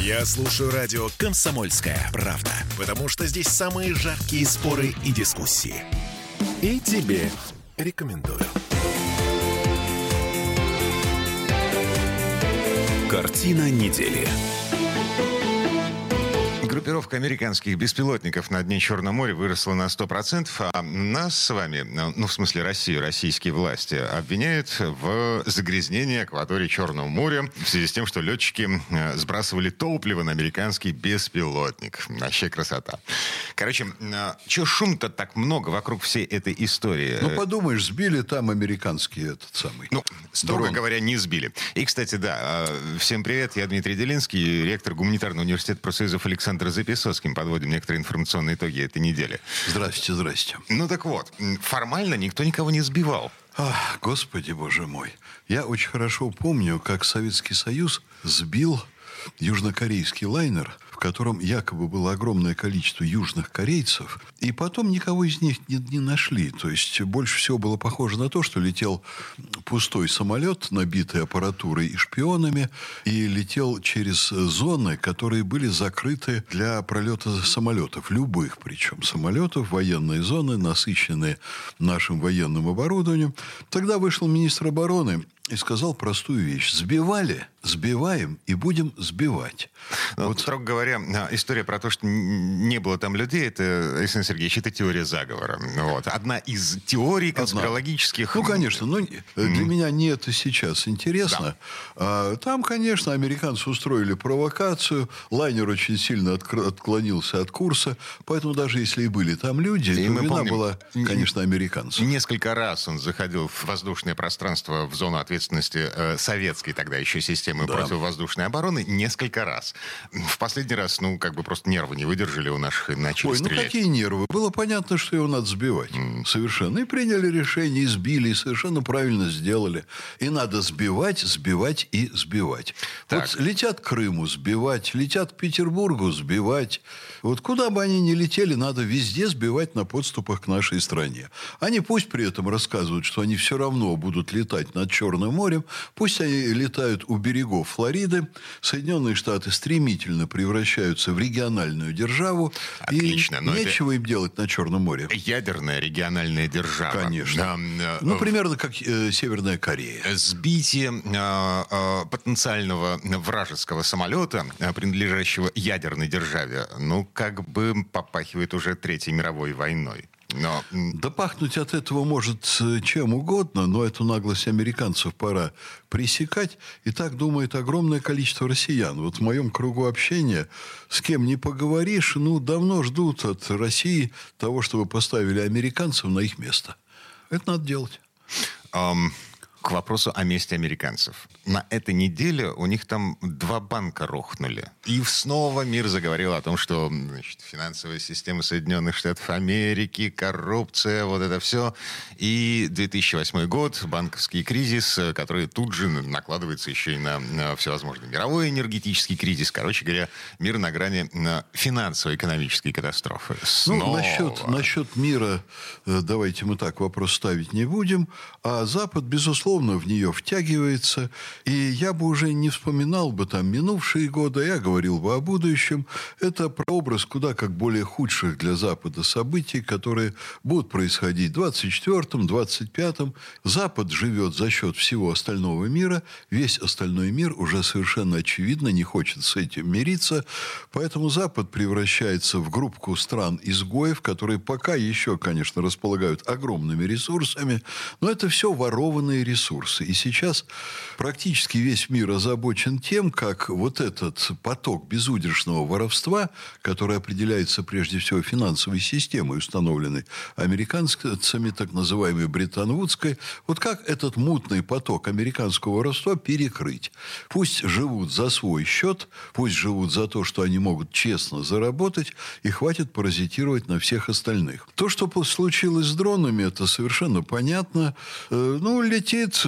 Я слушаю радио «Комсомольская правда», потому что здесь самые жаркие споры и дискуссии. И тебе рекомендую. Картина недели. Группировка американских беспилотников на дне Черного моря выросла на 100%, а нас с вами, в смысле Россию, российские власти, обвиняют в загрязнении акватории Черного моря в связи с тем, что летчики сбрасывали топливо на американский беспилотник. Вообще красота. Короче, чего шум-то так много вокруг всей этой истории? Подумаешь, сбили там американский строго говоря, не сбили. И, кстати, да, всем привет, я Дмитрий Делинский, ректор Гуманитарного университета профсоюзов Александр Записоцким. Подводим некоторые информационные итоги этой недели. Здрасте. Так вот, формально никто никого не сбивал. Ах, Господи, Боже мой. Я очень хорошо помню, как Советский Союз сбил южнокорейский лайнер, в котором якобы было огромное количество южных корейцев, и потом никого из них не нашли. То есть больше всего было похоже на то, что летел пустой самолет, набитый аппаратурой и шпионами, и летел через зоны, которые были закрыты для пролета самолетов, любых причем самолетов, военные зоны, насыщенные нашим военным оборудованием. Тогда вышел министр обороны и сказал простую вещь. Сбиваем и будем сбивать. Строго говоря, история про то, что не было там людей, это, Александр Сергеевич, это теория заговора. Одна из теорий конспирологических. Конечно. Для меня не это сейчас интересно. Да. Там, конечно, американцы устроили провокацию. Лайнер очень сильно отклонился от курса. Поэтому даже если и были там люди, то вина была, конечно, американцев. Несколько раз он заходил в воздушное пространство, в зону ответственности советской тогда еще системы противовоздушной обороны. Несколько раз. В последний раз, просто нервы не выдержали у наших и начали стрелять. Какие нервы? Было понятно, что его надо сбивать. Совершенно. И приняли решение, и сбили, и совершенно правильно сделали. И надо сбивать и сбивать. Так. Летят к Крыму — сбивать, летят к Петербургу — сбивать. Куда бы они ни летели, надо везде сбивать на подступах к нашей стране. Они пусть при этом рассказывают, что они все равно будут летать над Черным морем, пусть они летают у берегов Флориды, Соединенные Штаты стремительно превращаются в региональную державу. Отлично, и нечего им делать на Черном море. Ядерная региональная держава. Конечно. Примерно как Северная Корея. Сбитие потенциального вражеского самолета, принадлежащего ядерной державе, попахивает уже Третьей мировой войной. Да пахнуть от этого может чем угодно, но эту наглость американцев пора пресекать. И так думает огромное количество россиян. В моем кругу общения с кем не поговоришь, давно ждут от России того, чтобы поставили американцев на их место. Это надо делать. К вопросу о месте американцев. На этой неделе у них там 2 банка рухнули. И снова мир заговорил о том, что финансовая система Соединенных Штатов Америки, коррупция, это все. И 2008 год, банковский кризис, который тут же накладывается еще и на всевозможный мировой энергетический кризис. Короче говоря, мир на грани финансово-экономической катастрофы. Насчет мира давайте мы так вопрос ставить не будем. А Запад, безусловно, в нее втягивается. И я бы уже не вспоминал бы минувшие годы, я говорил бы о будущем. Это прообраз куда как более худших для Запада событий, которые будут происходить в 24-м, 25-м. Запад живет за счет всего остального мира. Весь остальной мир уже совершенно очевидно не хочет с этим мириться. Поэтому Запад превращается в группку стран-изгоев, которые пока еще, конечно, располагают огромными ресурсами, но это все ворованные ресурсы. И сейчас практически весь мир озабочен тем, как этот поток безудержного воровства, который определяется прежде всего финансовой системой, установленной американцами, так называемой Бреттон-Вудской, как этот мутный поток американского воровства перекрыть. Пусть живут за свой счет, пусть живут за то, что они могут честно заработать, и хватит паразитировать на всех остальных. То, что случилось с дронами, это совершенно понятно. Летит стоит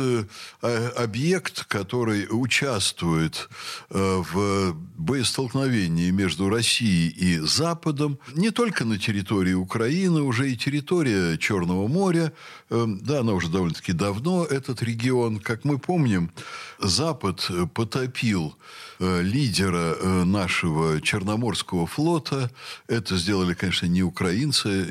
объект, который участвует в боестолкновении между Россией и Западом, не только на территории Украины, уже и территория Черного моря. Да, она уже довольно-таки давно, этот регион. Как мы помним, Запад потопил лидера нашего Черноморского флота. Это сделали, конечно, не украинцы,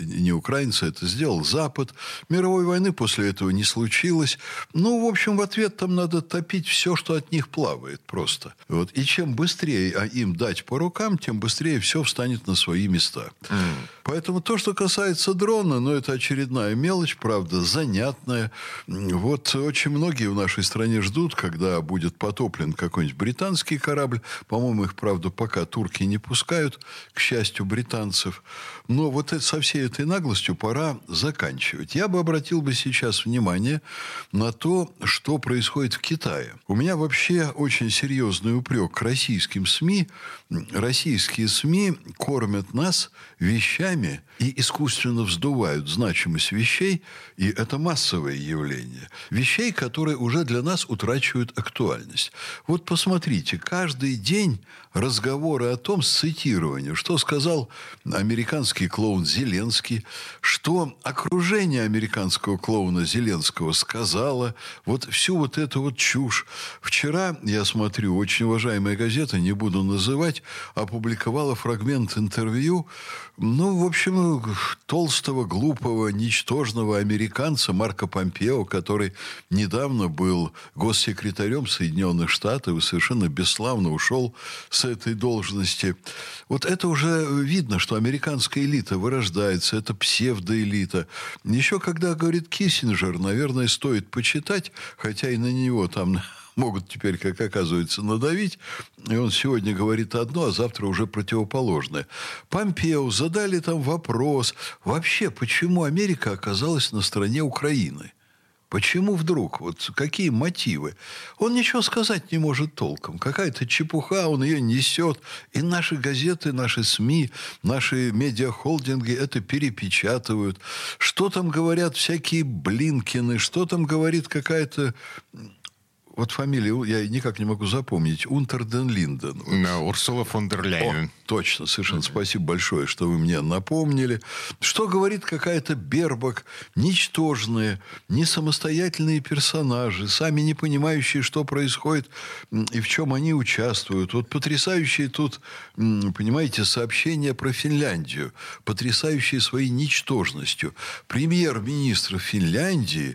это сделал Запад. Мировой войны после этого не случилось. Ну, в общем, в ответ там надо топить все, что от них плавает просто. Вот. И чем быстрее им дать по рукам, тем быстрее все встанет на свои места. Поэтому то, что касается дрона, ну, это очередная мелочь, правда, занятная. Вот очень многие в нашей стране ждут, когда будет потоплен какой-нибудь британский корабль. По-моему, их, правда, пока турки не пускают, к счастью, британцев. Но вот со всей этой наглостью пора заканчивать. Я бы обратил сейчас внимание на то, что происходит в Китае. У меня вообще очень серьезный упрек к российским СМИ. Российские СМИ кормят нас вещами и искусственно вздувают значимость вещей, и это массовое явление. Вещей, которые уже для нас утрачивают актуальность. Вот посмотрите, каждый день разговоры о том с цитированием, что сказал американский клоун Зеленский, что окружение американского клоуна Зеленского сказало, вот всю вот эту вот чушь. Вчера, я смотрю, очень уважаемая газета, не буду называть, опубликовала фрагмент интервью, ну, в общем, толстого, глупого, ничтожного американца Марко Помпео, который недавно был госсекретарем Соединенных Штатов и совершенно бесславно ушел с этой должности. Вот это уже видно, что американская элита вырождается, это псевдоэлита. Еще когда говорит Киссинджер, наверное, стоит почитать, хотя и на него там могут теперь, как оказывается, надавить. И он сегодня говорит одно, а завтра уже противоположное. Помпео задали там вопрос. Вообще, почему Америка оказалась на стороне Украины? Почему вдруг? Вот какие мотивы? Он ничего сказать не может толком. Какая-то чепуха, он ее несет. И наши газеты, наши СМИ, наши медиахолдинги это перепечатывают. Что там говорят всякие Блинкины? Что там говорит какая-то... Вот фамилию я никак не могу запомнить. Унтер ден Линден. Урсула фон дер Ляйен. Точно, совершенно. Спасибо большое, что вы мне напомнили. Что говорит какая-то Бербак? Ничтожные, не самостоятельные персонажи, сами не понимающие, что происходит и в чем они участвуют. Вот потрясающие тут, понимаете, сообщения про Финляндию, потрясающие своей ничтожностью. Премьер-министр Финляндии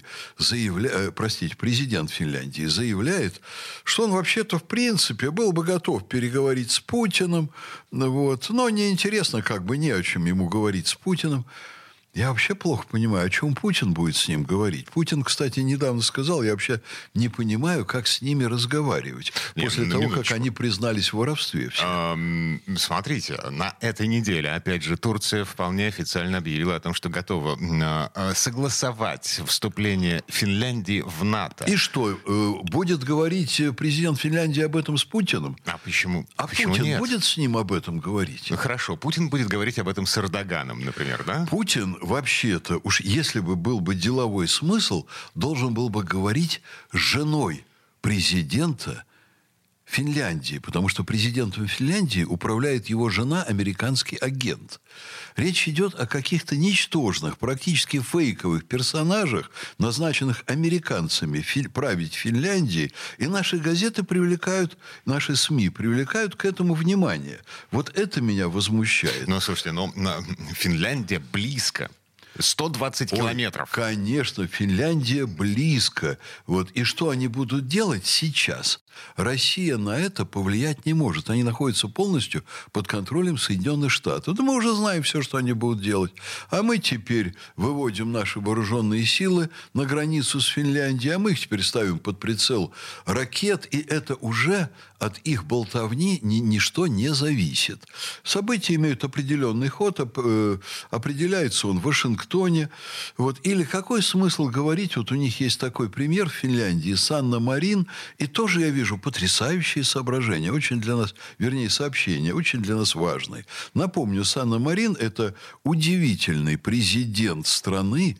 президент Финляндии заявляет, что он вообще-то в принципе был бы готов переговорить с Путиным, вот, но неинтересно, как бы не о чем ему говорить с Путиным. Я вообще плохо понимаю, о чем Путин будет с ним говорить. Путин, кстати, недавно сказал, я вообще не понимаю, как с ними разговаривать. После того, как они признались в воровстве. Смотрите, на этой неделе, опять же, Турция вполне официально объявила о том, что готова согласовать вступление Финляндии в НАТО. И что, будет говорить президент Финляндии об этом с Путиным? А почему? А почему Путин нет? будет с ним об этом говорить? Хорошо, Путин будет говорить об этом с Эрдоганом, например, да? Путин вообще-то, уж если бы был бы деловой смысл, должен был бы говорить с женой президента Финляндии, потому что президентом Финляндии управляет его жена, американский агент. Речь идет о каких-то ничтожных, практически фейковых персонажах, назначенных американцами править Финляндией, и наши газеты привлекают, наши СМИ привлекают к этому внимание. Вот это меня возмущает. Ну, слушайте, Финляндия близко. 120 километров. Конечно, Финляндия близко. Вот. И что они будут делать сейчас? Россия на это повлиять не может. Они находятся полностью под контролем Соединенных Штатов. Да мы уже знаем все, что они будут делать. А мы теперь выводим наши вооруженные силы на границу с Финляндией, а мы их теперь ставим под прицел ракет, и это уже от их болтовни ничто не зависит. События имеют определенный ход, определяется он в Вашингтоне. Вот. Или какой смысл говорить, вот у них есть такой пример в Финляндии, Санна-Марин, и тоже я вижу потрясающие соображения, очень для нас, вернее, сообщения, очень для нас важные. Напомню, Санна-Марин – это удивительный президент страны,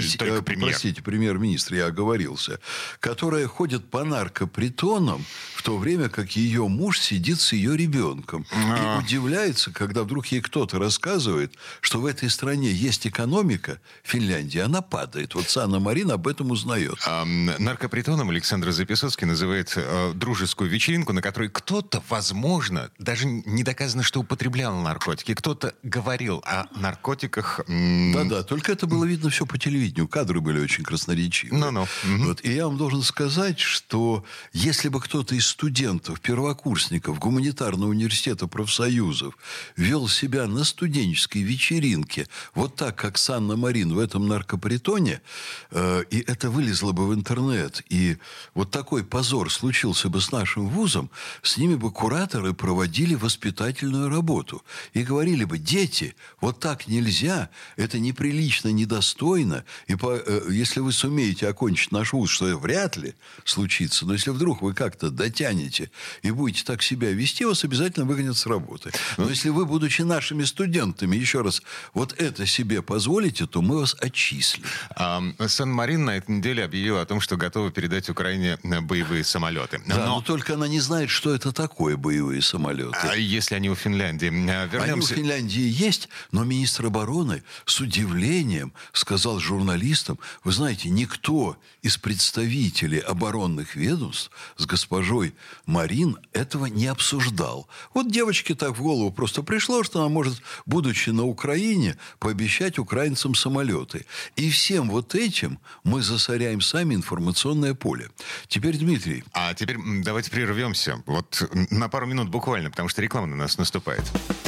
премьер-министр, я оговорился, которая ходит по наркопритонам, в то время как ее муж сидит с ее ребенком. И удивляется, когда вдруг ей кто-то рассказывает, что в этой стране есть экономика, Финляндии, она падает. Вот Санна-Марин об этом узнает. Наркопритоном Александр Записоцкий называет дружескую вечеринку, на которой кто-то, возможно, даже не доказано, что употреблял наркотики, кто-то говорил о наркотиках. Да-да, только это было видно все по телевидению. Кадры были очень красноречивые. Вот. И я вам должен сказать, что если бы кто-то из студентов, первокурсников гуманитарного университета профсоюзов вел себя на студенческой вечеринке вот так, как Санна-Марин в этом наркопритоне, и это вылезло бы в интернет, и вот такой позор случился бы с нашим вузом, с ними бы кураторы проводили воспитательную работу и говорили бы: дети, вот так нельзя, это неприлично, недостойно, и если вы сумеете окончить наш вуз, что вряд ли случится, но если вдруг вы как-то дотянете и будете так себя вести, вас обязательно выгонят с работы. Но если вы, будучи нашими студентами, еще раз вот это себе позволите, то мы вас отчислим. Сан-Марин на этой неделе объявила о том, что готова передать Украине боевые самолеты. Но только она не знает, что это такое боевые самолеты. А если они у Финляндии? Они у Финляндии есть, но министр обороны с удивлением сказал журналистам: вы знаете, никто из представителей оборонных ведомств с госпожой Марин этого не обсуждал. Вот девочке так в голову просто пришло, что она может, будучи на Украине, пообещать украинцам самолеты. И всем вот этим мы засоряем сами информационное поле. Теперь, Дмитрий. А теперь давайте прервемся. Вот на пару минут буквально, потому что реклама на нас наступает.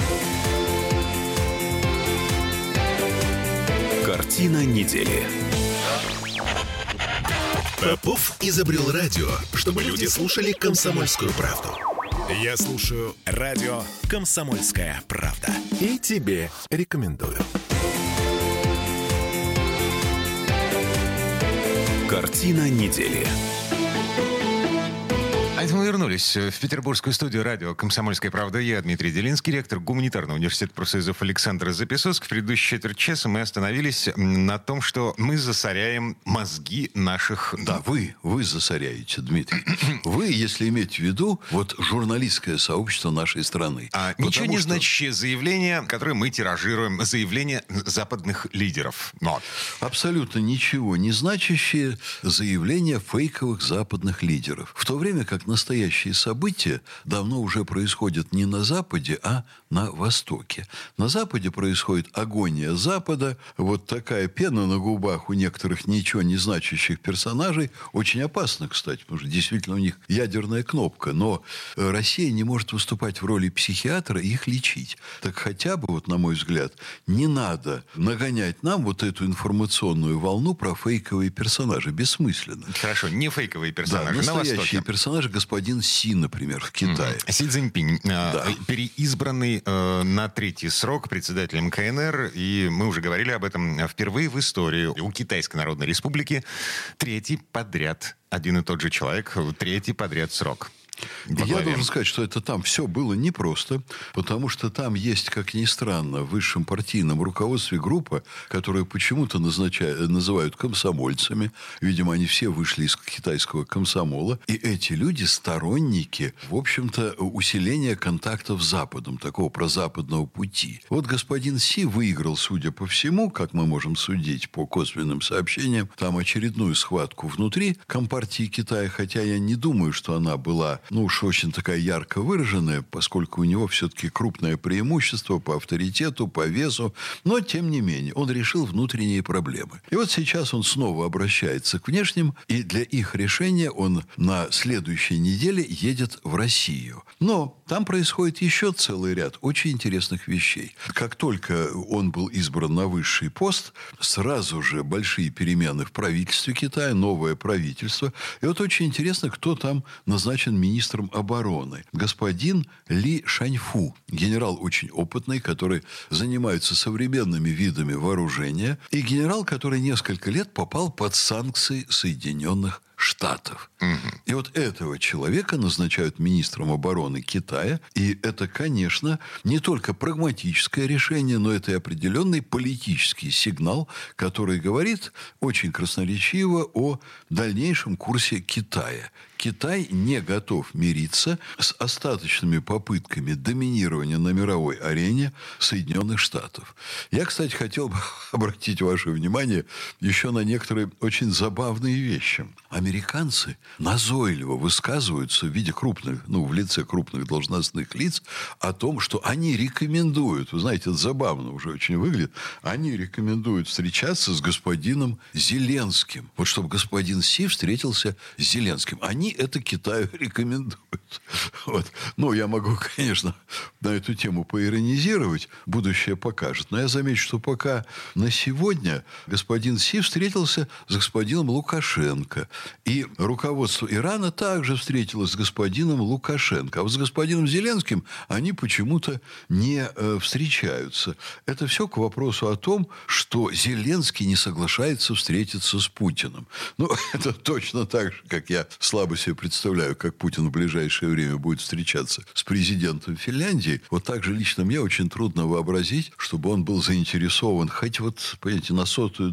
Картина недели. Попов изобрел радио, чтобы люди слушали «Комсомольскую правду». Я слушаю радио «Комсомольская правда». И тебе рекомендую. Картина недели. А это мы вернулись в петербургскую студию радио «Комсомольская правда». Я Дмитрий Делинский, ректор гуманитарного университета профсоюзов Александр Записоцкий. В предыдущей четверть часа мы остановились на том, что мы засоряем мозги наших... Да, вы засоряете, Дмитрий. Вы, если иметь в виду, вот журналистское сообщество нашей страны. Ничего не значащее заявление, которое мы тиражируем, заявление западных лидеров. Вот. Абсолютно ничего не значащее заявление фейковых западных лидеров. В то время как настоящие события давно уже происходят не на Западе, а на Востоке. На Западе происходит агония Запада. Вот такая пена на губах у некоторых ничего не значащих персонажей. Очень опасно, кстати, потому что действительно у них ядерная кнопка. Но Россия не может выступать в роли психиатра и их лечить. Так хотя бы, вот на мой взгляд, не надо нагонять нам вот эту информационную волну про фейковые персонажи. Бессмысленно. Хорошо, не фейковые персонажи. Да, настоящие персонажи. Господин Си, например, в Китае. Си Цзиньпинь, переизбранный на 3-й срок председателем КНР, и мы уже говорили об этом, впервые в истории у Китайской Народной Республики 3-й подряд один и тот же человек, 3-й подряд срок. Я должен сказать, что это там все было непросто, потому что там есть, как ни странно, в высшем партийном руководстве группа, которую почему-то называют комсомольцами. Видимо, они все вышли из китайского комсомола. И эти люди сторонники, в общем-то, усиления контактов с Западом, такого прозападного пути. Вот господин Си выиграл, судя по всему, как мы можем судить по косвенным сообщениям, там очередную схватку внутри Компартии Китая, хотя я не думаю, что она была уж очень такая ярко выраженная, поскольку у него все-таки крупное преимущество по авторитету, по весу. Но, тем не менее, он решил внутренние проблемы. И вот сейчас он снова обращается к внешним, и для их решения он на следующей неделе едет в Россию. Но там происходит еще целый ряд очень интересных вещей. Как только он был избран на высший пост, сразу же большие перемены в правительстве Китая, новое правительство. И вот очень интересно, кто там назначен министром министром обороны. Господин Ли Шаньфу, генерал очень опытный, который занимается современными видами вооружения, и генерал, который несколько лет попал под санкции Соединенных Штатов. И вот этого человека назначают министром обороны Китая. И это, конечно, не только прагматическое решение, но это и определенный политический сигнал, который говорит очень красноречиво о дальнейшем курсе Китая. Китай не готов мириться с остаточными попытками доминирования на мировой арене Соединенных Штатов. Я, кстати, хотел бы обратить ваше внимание еще на некоторые очень забавные вещи. Американцы назойливо высказываются в виде крупных, в лице крупных должностных лиц о том, что они рекомендуют, вы знаете, это забавно уже очень выглядит, они рекомендуют встречаться с господином Зеленским. Вот чтобы господин Си встретился с Зеленским. Они это Китаю рекомендуют. Вот. Я могу, конечно, на эту тему поиронизировать. Будущее покажет. Но я замечу, что пока на сегодня господин Си встретился с господином Лукашенко. И руководство Ирана также встретилось с господином Лукашенко. А вот с господином Зеленским они почему-то не встречаются. Это все к вопросу о том, что Зеленский не соглашается встретиться с Путиным. Это точно так же, как я слабо себе представляю, как Путин в ближайшее время будет встречаться с президентом Финляндии. Вот так же лично мне очень трудно вообразить, чтобы он был заинтересован хоть понимаете, на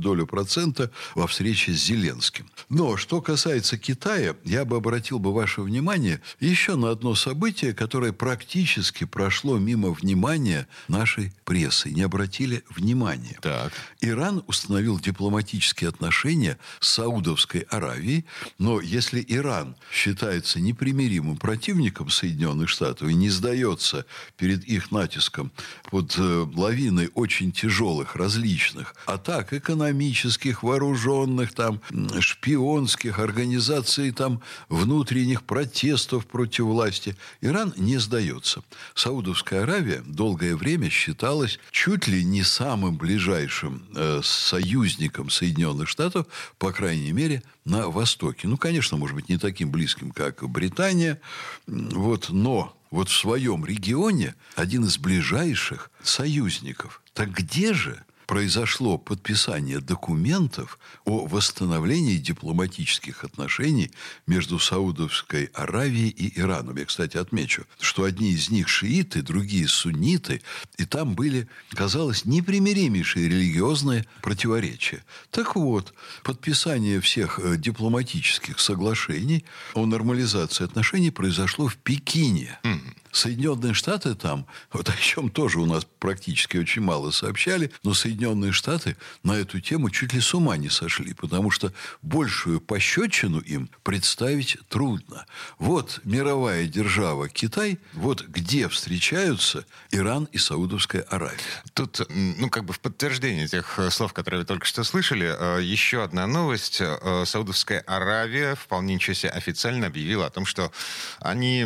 0,01% во встрече с Зеленским. Но что касается Китая, я бы обратил ваше внимание еще на одно событие, которое практически прошло мимо внимания нашей прессы. Не обратили внимания. Так. Иран установил дипломатические отношения с Саудовской Аравией, но если Иран считается непримиримым противником Соединенных Штатов и не сдается перед их натиском под лавиной очень тяжелых различных атак экономических, вооруженных, шпионских, организаций внутренних протестов против власти, Иран не сдается. Саудовская Аравия долгое время считалась чуть ли не самым ближайшим союзником Соединенных Штатов, по крайней мере, на Востоке. Конечно, может быть, не таким близким, как Британия, но в своем регионе один из ближайших союзников. Так где же произошло подписание документов о восстановлении дипломатических отношений между Саудовской Аравией и Ираном? Я, кстати, отмечу, что одни из них шииты, другие сунниты, и там были, казалось, непримиримейшие религиозные противоречия. Так вот, подписание всех дипломатических соглашений о нормализации отношений произошло в Пекине. Соединенные Штаты там, о чем тоже у нас практически очень мало сообщали, но Соединенные Штаты на эту тему чуть ли с ума не сошли, потому что большую пощечину им представить трудно. Мировая держава Китай, где встречаются Иран и Саудовская Аравия. Тут, в подтверждение тех слов, которые вы только что слышали, еще одна новость. Саудовская Аравия вполне ничего себе официально объявила о том, что они,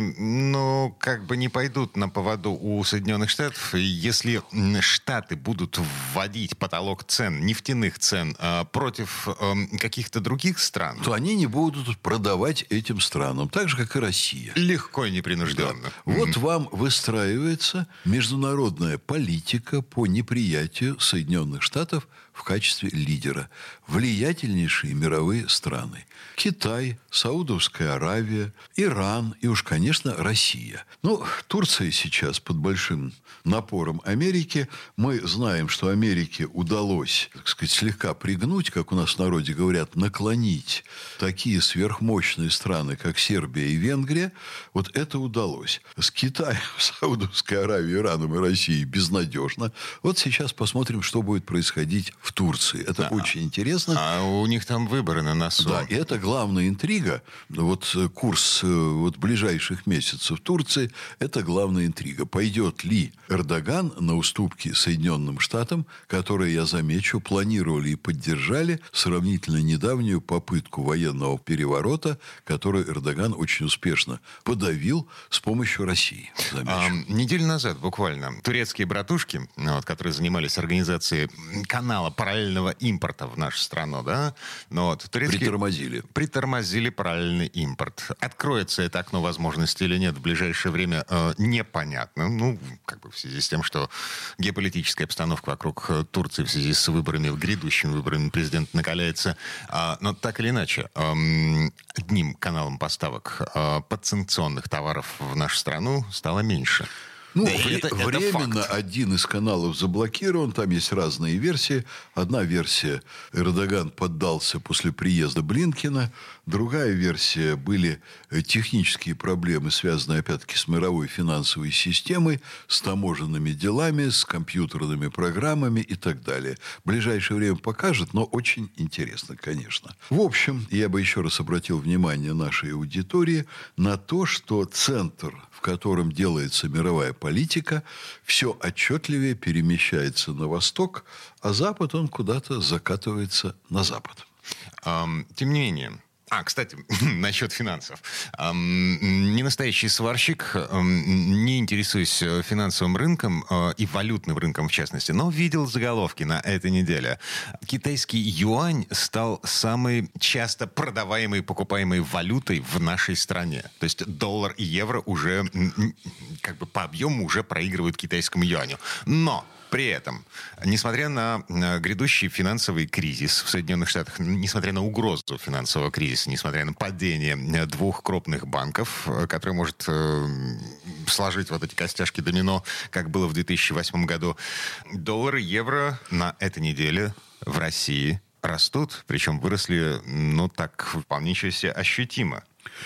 не пойдут на поводу у Соединенных Штатов. Если Штаты будут вводить потолок цен, нефтяных цен, против каких-то других стран, то они не будут продавать этим странам, так же, как и Россия. Легко и непринужденно. Да. Вам выстраивается международная политика по неприятию Соединенных Штатов в качестве лидера. Влиятельнейшие мировые страны. Китай, Саудовская Аравия, Иран и уж, конечно, Россия. Турция сейчас под большим напором Америки. Мы знаем, что Америке удалось, слегка пригнуть, как у нас в народе говорят, наклонить такие сверхмощные страны, как Сербия и Венгрия. Это удалось. С Китаем, Саудовской Аравией, Ираном и Россией безнадежно. Сейчас посмотрим, что будет происходить в Турции. Это очень интересно. А у них там выборы на носу. Да, и это главная интрига. Курс ближайших месяцев в Турции – это главная интрига. Пойдет ли Эрдоган на уступки Соединенным Штатам, которые, я замечу, планировали и поддержали сравнительно недавнюю попытку военного переворота, которую Эрдоган очень успешно подавил с помощью России. Неделю назад буквально турецкие братушки, которые занимались организацией канала параллельного импорта в нашу страну, да? Но вот притормозили параллельный импорт. Откроется это окно возможностей или нет в ближайшее время, непонятно. Ну, как бы в связи с тем, что геополитическая обстановка вокруг Турции в связи с выборами, грядущими выборами президента накаляется. Но так или иначе, одним каналом поставок подсанкционных товаров в нашу страну стало меньше. Ну, временно один из каналов заблокирован, там есть разные версии. Одна версия — Эрдоган поддался после приезда Блинкена. Другая версия — были технические проблемы, связанные, опять-таки, с мировой финансовой системой, с таможенными делами, с компьютерными программами и так далее. В ближайшее время покажет, но очень интересно, конечно. В общем, я бы еще раз обратил внимание нашей аудитории на то, что центр, в котором делается мировая политика, все отчетливее перемещается на восток, а Запад, он куда-то закатывается на запад. Тем не менее... кстати, насчет финансов. Не настоящий сварщик, не интересуюсь финансовым рынком и валютным рынком в частности, но видел заголовки на этой неделе. Китайский юань стал самой часто продаваемой и покупаемой валютой в нашей стране. То есть доллар и евро уже как бы по объему уже проигрывают китайскому юаню. Но... При этом, несмотря на грядущий финансовый кризис в Соединенных Штатах, несмотря на угрозу финансового кризиса, несмотря на падение двух крупных банков, который может сложить вот эти костяшки домино, как было в 2008 году, доллар и евро на этой неделе в России растут, причем выросли, так вполне себе ощутимо.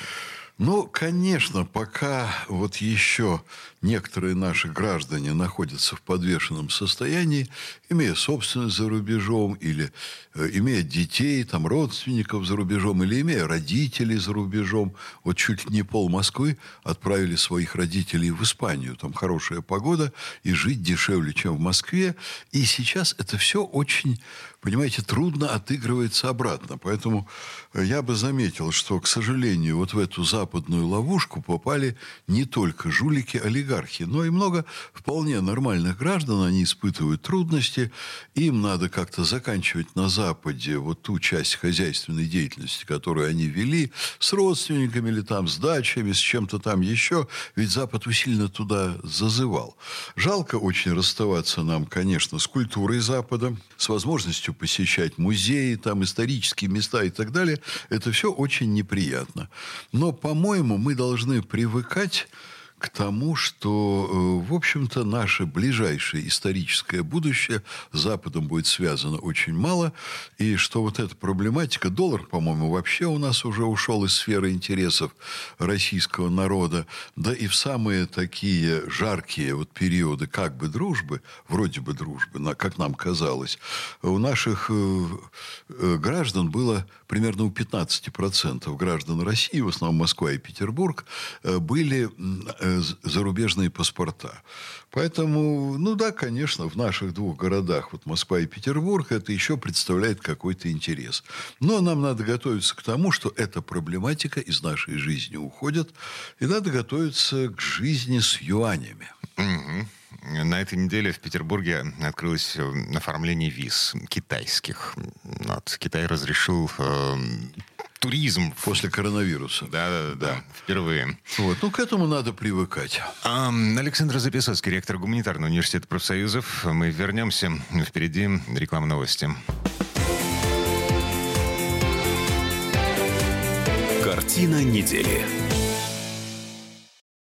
Ну, конечно, пока вот еще некоторые наши граждане находятся в подвешенном состоянии, имея собственность за рубежом, или имея детей, там, родственников за рубежом, или имея родителей за рубежом. Вот чуть ли не пол Москвы отправили своих родителей в Испанию. Там хорошая погода, и жить дешевле, чем в Москве. И сейчас это все очень, понимаете, трудно отыгрывается обратно. Поэтому я бы заметил, что, к сожалению, вот в эту западную ловушку попали не только жулики-олигархи, но и много вполне нормальных граждан. Они испытывают трудности. Им надо как-то заканчивать на Западе вот ту часть хозяйственной деятельности, которую они вели, с родственниками или там с дачами, с чем-то там еще. Ведь Запад усиленно туда зазывал. Жалко очень расставаться нам, конечно, с культурой Запада, с возможностью посещать музеи, там, исторические места и так далее. Это все очень неприятно. Но, по-моему, мы должны привыкать к тому, что, в общем-то, наше ближайшее историческое будущее с Западом будет связано очень мало, и что вот эта проблематика, доллар, по-моему, вообще у нас уже ушел из сферы интересов российского народа, да и в самые такие жаркие вот периоды как бы дружбы, вроде бы дружбы, как нам казалось, у наших граждан было примерно у 15% граждан России, в основном Москва и Петербург, были зарубежные паспорта. Поэтому, да, конечно, в наших двух городах, вот Москва и Петербург, это еще представляет какой-то интерес. Но нам надо готовиться к тому, что эта проблематика из нашей жизни уходит, и надо готовиться к жизни с юанями. Угу. На этой неделе в Петербурге открылось оформление виз китайских. Вот, Китай разрешил туризм. После коронавируса. Да, впервые. Вот, к этому надо привыкать. Александр Записоцкий, ректор Гуманитарного университета профсоюзов. Мы вернемся. Впереди реклама, новости. Картина недели.